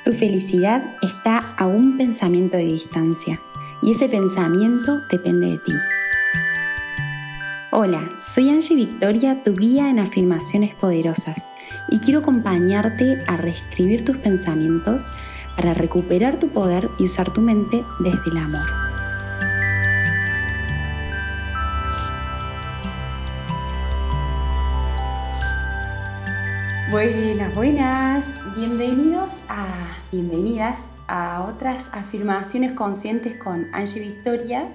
Tu felicidad está a un pensamiento de distancia y ese pensamiento depende de ti. Hola, soy Angie Victoria, tu guía en afirmaciones poderosas y quiero acompañarte a reescribir tus pensamientos para recuperar tu poder y usar tu mente desde el amor. Buenas, bienvenidas a otras afirmaciones conscientes con Angie Victoria.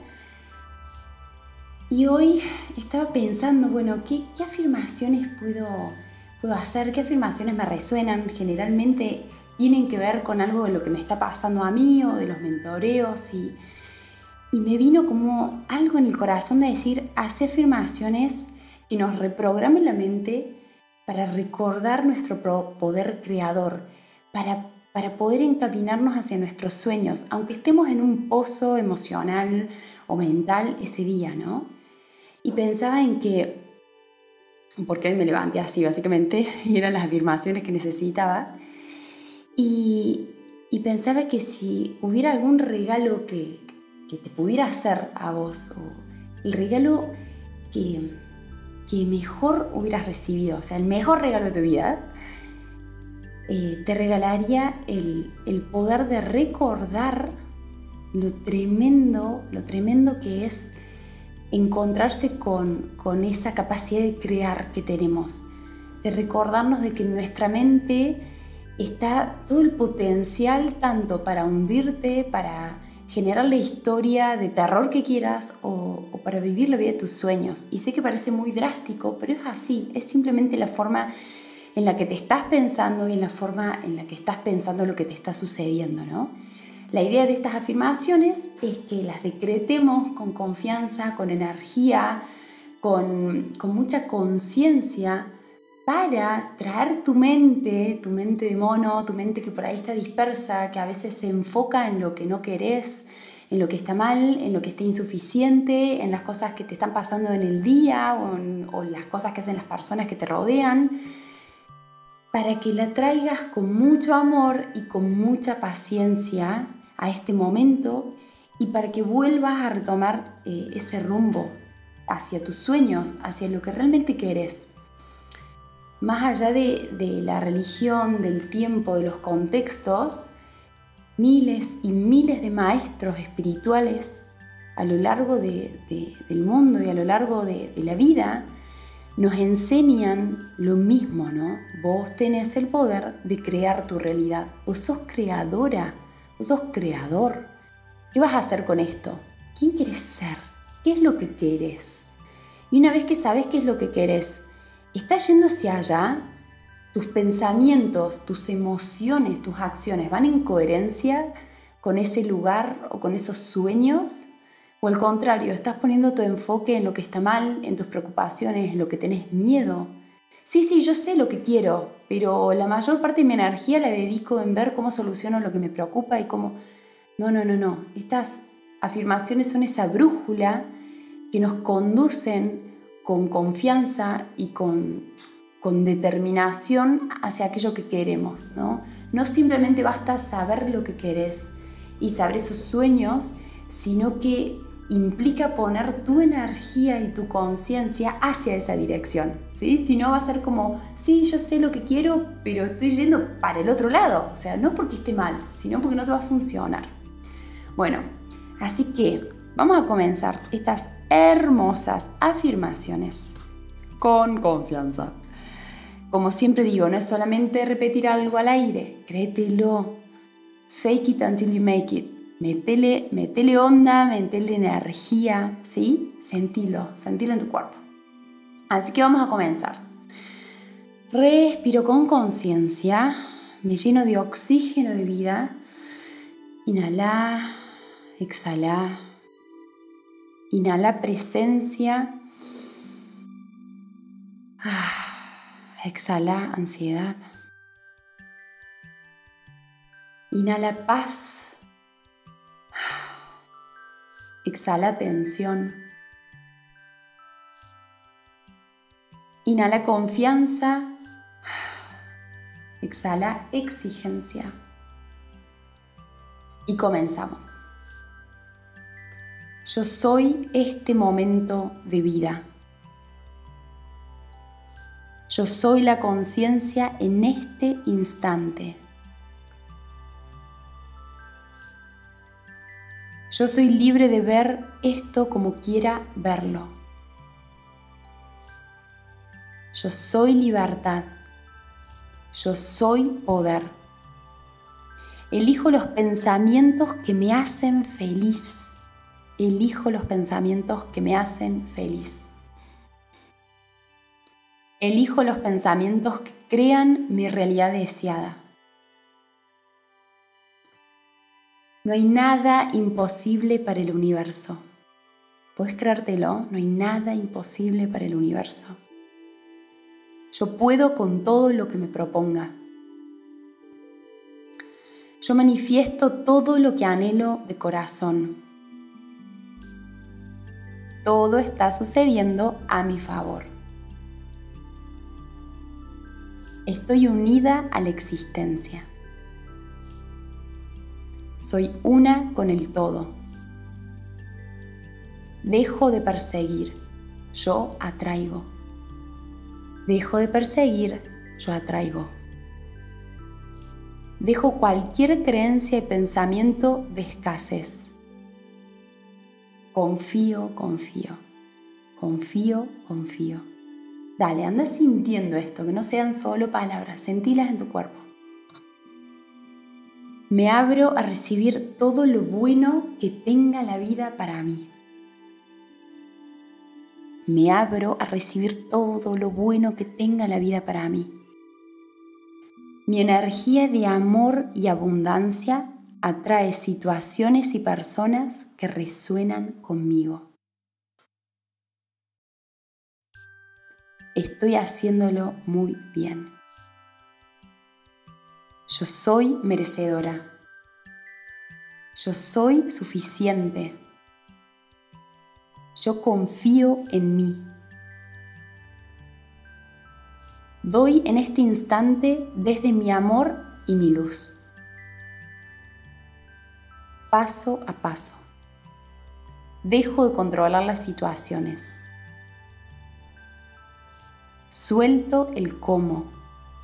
Y hoy estaba pensando, ¿qué afirmaciones puedo hacer? ¿Qué afirmaciones me resuenan? Generalmente tienen que ver con algo de lo que me está pasando a mí o de los mentoreos y me vino como algo en el corazón de decir, hacer afirmaciones que nos reprogramen la mente para recordar nuestro poder creador, para poder encaminarnos hacia nuestros sueños, aunque estemos en un pozo emocional o mental ese día, ¿no? Y pensaba en que, porque hoy me levanté así básicamente, y eran las afirmaciones que necesitaba, y pensaba que si hubiera algún regalo que te pudiera hacer a vos, o el regalo que mejor hubieras recibido, o sea, el mejor regalo de tu vida, te regalaría el poder de recordar lo tremendo que es encontrarse con esa capacidad de crear que tenemos, de recordarnos de que en nuestra mente está todo el potencial tanto para hundirte, para generar la historia de terror que quieras o para vivir la vida de tus sueños. Y sé que parece muy drástico, pero es así, es simplemente la forma en la que te estás pensando y en la forma en la que estás pensando lo que te está sucediendo, ¿no? La idea de estas afirmaciones es que las decretemos con confianza, con energía, con mucha conciencia, para traer tu mente de mono, tu mente que por ahí está dispersa, que a veces se enfoca en lo que no querés, en lo que está mal, en lo que está insuficiente, en las cosas que te están pasando en el día o las cosas que hacen las personas que te rodean, para que la traigas con mucho amor y con mucha paciencia a este momento y para que vuelvas a retomar ese rumbo hacia tus sueños, hacia lo que realmente querés. Más allá de la religión, del tiempo, de los contextos, miles y miles de maestros espirituales a lo largo del mundo y a lo largo de la vida nos enseñan lo mismo, ¿no? Vos tenés el poder de crear tu realidad. Vos sos creadora, vos sos creador. ¿Qué vas a hacer con esto? ¿Quién querés ser? ¿Qué es lo que querés? Y una vez que sabes qué es lo que querés, ¿estás yendo hacia allá? ¿Tus pensamientos, tus emociones, tus acciones van en coherencia con ese lugar o con esos sueños? ¿O al contrario, estás poniendo tu enfoque en lo que está mal, en tus preocupaciones, en lo que tenés miedo? Sí, yo sé lo que quiero, pero la mayor parte de mi energía la dedico en ver cómo soluciono lo que me preocupa y cómo... No. Estas afirmaciones son esa brújula que nos conducen con confianza y con determinación hacia aquello que queremos, ¿no? No simplemente basta saber lo que querés y saber esos sueños, sino que implica poner tu energía y tu conciencia hacia esa dirección, ¿sí? Si no va a ser como, sí, yo sé lo que quiero, pero estoy yendo para el otro lado. O sea, no porque esté mal, sino porque no te va a funcionar. Bueno, así que vamos a comenzar estas hermosas afirmaciones con confianza. Como siempre digo, no es solamente repetir algo al aire, créetelo. Fake it until you make it. Metele onda, metele energía, ¿sí? Sentilo en tu cuerpo. Así que vamos a comenzar. Respiro con conciencia, me lleno de oxígeno de vida. Inhala, exhala. Inhala presencia. Exhala ansiedad. Inhala paz. Exhala tensión. Inhala confianza. Exhala exigencia. Y comenzamos. Yo soy este momento de vida. Yo soy la conciencia en este instante. Yo soy libre de ver esto como quiera verlo. Yo soy libertad. Yo soy poder. Elijo los pensamientos que me hacen feliz. Elijo los pensamientos que me hacen feliz. Elijo los pensamientos que crean mi realidad deseada. No hay nada imposible para el universo. ¿Puedes creértelo? No hay nada imposible para el universo. Yo puedo con todo lo que me proponga. Yo manifiesto todo lo que anhelo de corazón. Todo está sucediendo a mi favor. Estoy unida a la existencia. Soy una con el todo. Dejo de perseguir, yo atraigo. Dejo de perseguir, yo atraigo. Dejo cualquier creencia y pensamiento de escasez. Confío, confío. Confío, confío. Dale, anda sintiendo esto, que no sean solo palabras, sentílas en tu cuerpo. Me abro a recibir todo lo bueno que tenga la vida para mí. Me abro a recibir todo lo bueno que tenga la vida para mí. Mi energía de amor y abundancia atrae situaciones y personas que resuenan conmigo. Estoy haciéndolo muy bien. Yo soy merecedora. Yo soy suficiente. Yo confío en mí. Doy en este instante desde mi amor y mi luz. Paso a paso. Dejo de controlar las situaciones. Suelto el cómo.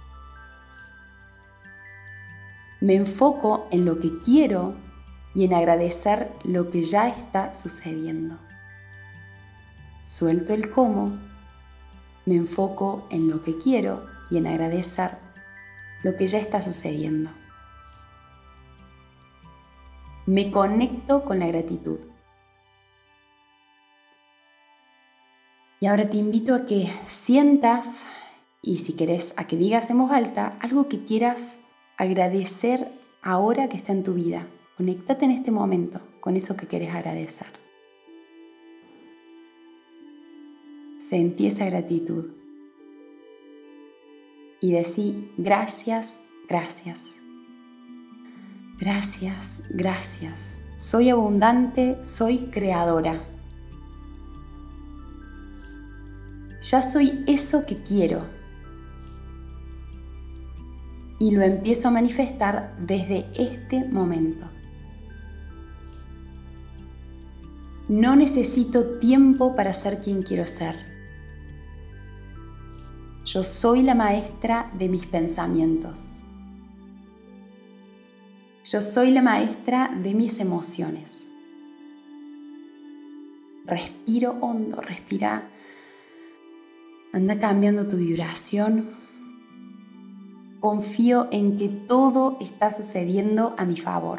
Me enfoco en lo que quiero y en agradecer lo que ya está sucediendo. Suelto el cómo, me enfoco en lo que quiero y en agradecer lo que ya está sucediendo. Me conecto con la gratitud. Y ahora te invito a que sientas, y si querés a que digas en voz alta, algo que quieras agradecer ahora que está en tu vida. Conéctate en este momento con eso que querés agradecer. Sentí esa gratitud. Y decí gracias, gracias. Gracias, gracias. Soy abundante, soy creadora. Ya soy eso que quiero. Y lo empiezo a manifestar desde este momento. No necesito tiempo para ser quien quiero ser. Yo soy la maestra de mis pensamientos. Yo soy la maestra de mis emociones. Respiro hondo, respira. Anda cambiando tu vibración. Confío en que todo está sucediendo a mi favor.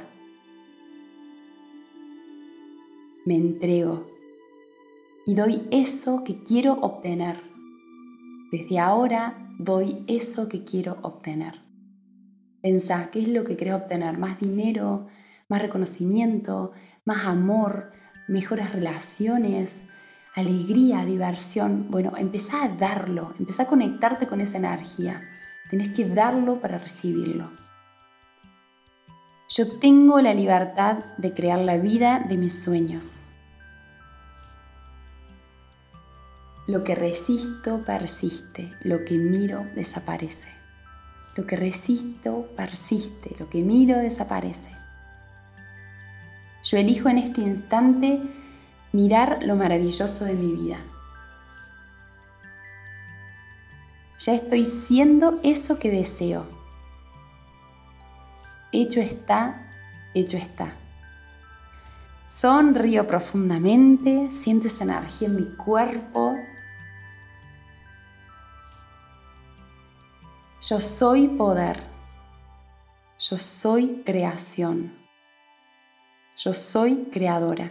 Me entrego y doy eso que quiero obtener. Desde ahora doy eso que quiero obtener. Pensá, ¿qué es lo que querés obtener? ¿Más dinero? ¿Más reconocimiento? ¿Más amor? ¿Mejores relaciones? ¿Alegría? ¿Diversión? Bueno, empezá a darlo, empezá a conectarte con esa energía. Tenés que darlo para recibirlo. Yo tengo la libertad de crear la vida de mis sueños. Lo que resisto persiste, lo que miro desaparece. Lo que resisto persiste, lo que miro desaparece. Yo elijo en este instante mirar lo maravilloso de mi vida. Ya estoy siendo eso que deseo. Hecho está, hecho está. Sonrío profundamente, siento esa energía en mi cuerpo. Yo soy poder. Yo soy creación. Yo soy creadora.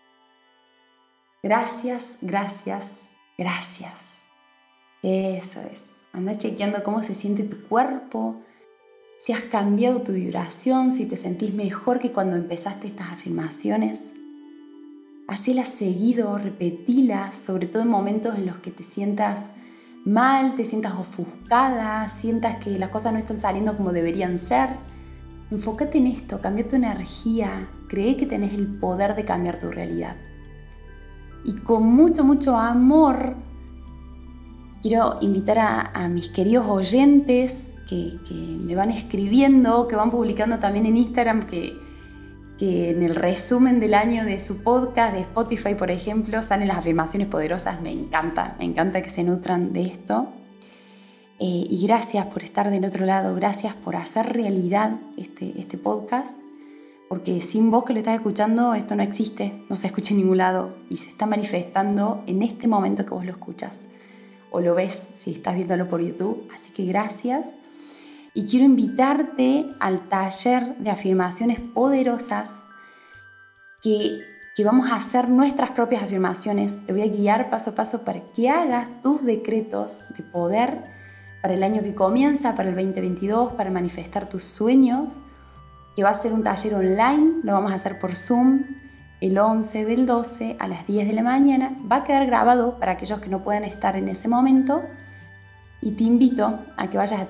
Gracias, gracias, gracias. Eso es. Anda chequeando cómo se siente tu cuerpo, si has cambiado tu vibración, si te sentís mejor que cuando empezaste estas afirmaciones. Hacelas seguido, repetilas, sobre todo en momentos en los que te sientas mal, te sientas ofuscada, sientas que las cosas no están saliendo como deberían ser. Enfócate en esto, cambia tu energía, cree que tenés el poder de cambiar tu realidad. Y con mucho, mucho amor, quiero invitar a mis queridos oyentes que me van escribiendo, que van publicando también en Instagram, que en el resumen del año de su podcast, de Spotify, por ejemplo, salen las afirmaciones poderosas. Me encanta que se nutran de esto. Y gracias por estar del otro lado, gracias por hacer realidad este podcast, porque sin vos que lo estás escuchando, esto no existe, no se escucha en ningún lado y se está manifestando en este momento que vos lo escuchas o lo ves si estás viéndolo por YouTube. Así que gracias. Y quiero invitarte al taller de afirmaciones poderosas que vamos a hacer nuestras propias afirmaciones. Te voy a guiar paso a paso para que hagas tus decretos de poder para el año que comienza, para el 2022, para manifestar tus sueños, que va a ser un taller online, lo vamos a hacer por Zoom el 11 del 12 a las 10 de la mañana. Va a quedar grabado para aquellos que no puedan estar en ese momento. Y te invito a que vayas a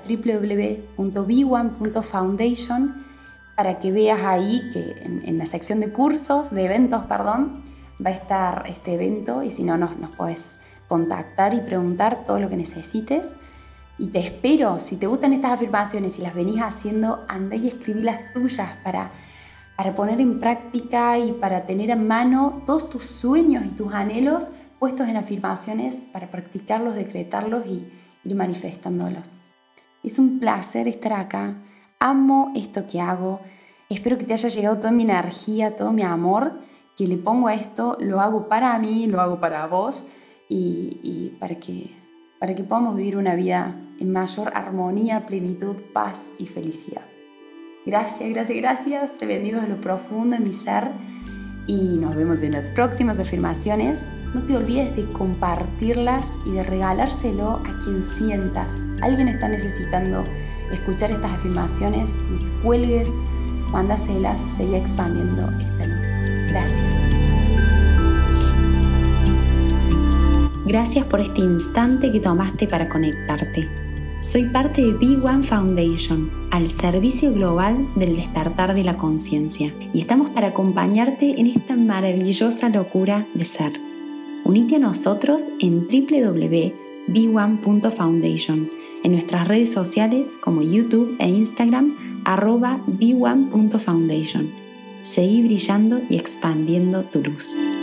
www.b1.foundation para que veas ahí que en la sección de cursos, de eventos, va a estar este evento, y si no nos puedes contactar y preguntar todo lo que necesites. Y te espero. Si te gustan estas afirmaciones y las venís haciendo, anda y escribí las tuyas para poner en práctica y para tener a mano todos tus sueños y tus anhelos puestos en afirmaciones para practicarlos, decretarlos y ir manifestándolos. Es un placer estar acá. Amo esto que hago. Espero que te haya llegado toda mi energía, todo mi amor que le pongo a esto. Lo hago para mí, lo hago para vos y para que podamos vivir una vida en mayor armonía, plenitud, paz y felicidad. Gracias, gracias, gracias. Te bendigo de lo profundo de mi ser y nos vemos en las próximas afirmaciones. No te olvides de compartirlas y de regalárselo a quien sientas. Alguien está necesitando escuchar estas afirmaciones. No te cuelgues, mándaselas, sigue expandiendo esta luz. Gracias. Gracias por este instante que tomaste para conectarte. Soy parte de B1 Foundation, al servicio global del despertar de la conciencia, y estamos para acompañarte en esta maravillosa locura de ser. Unite a nosotros en www.b1.foundation, en nuestras redes sociales como YouTube e Instagram, @b1.foundation. Seguí brillando y expandiendo tu luz.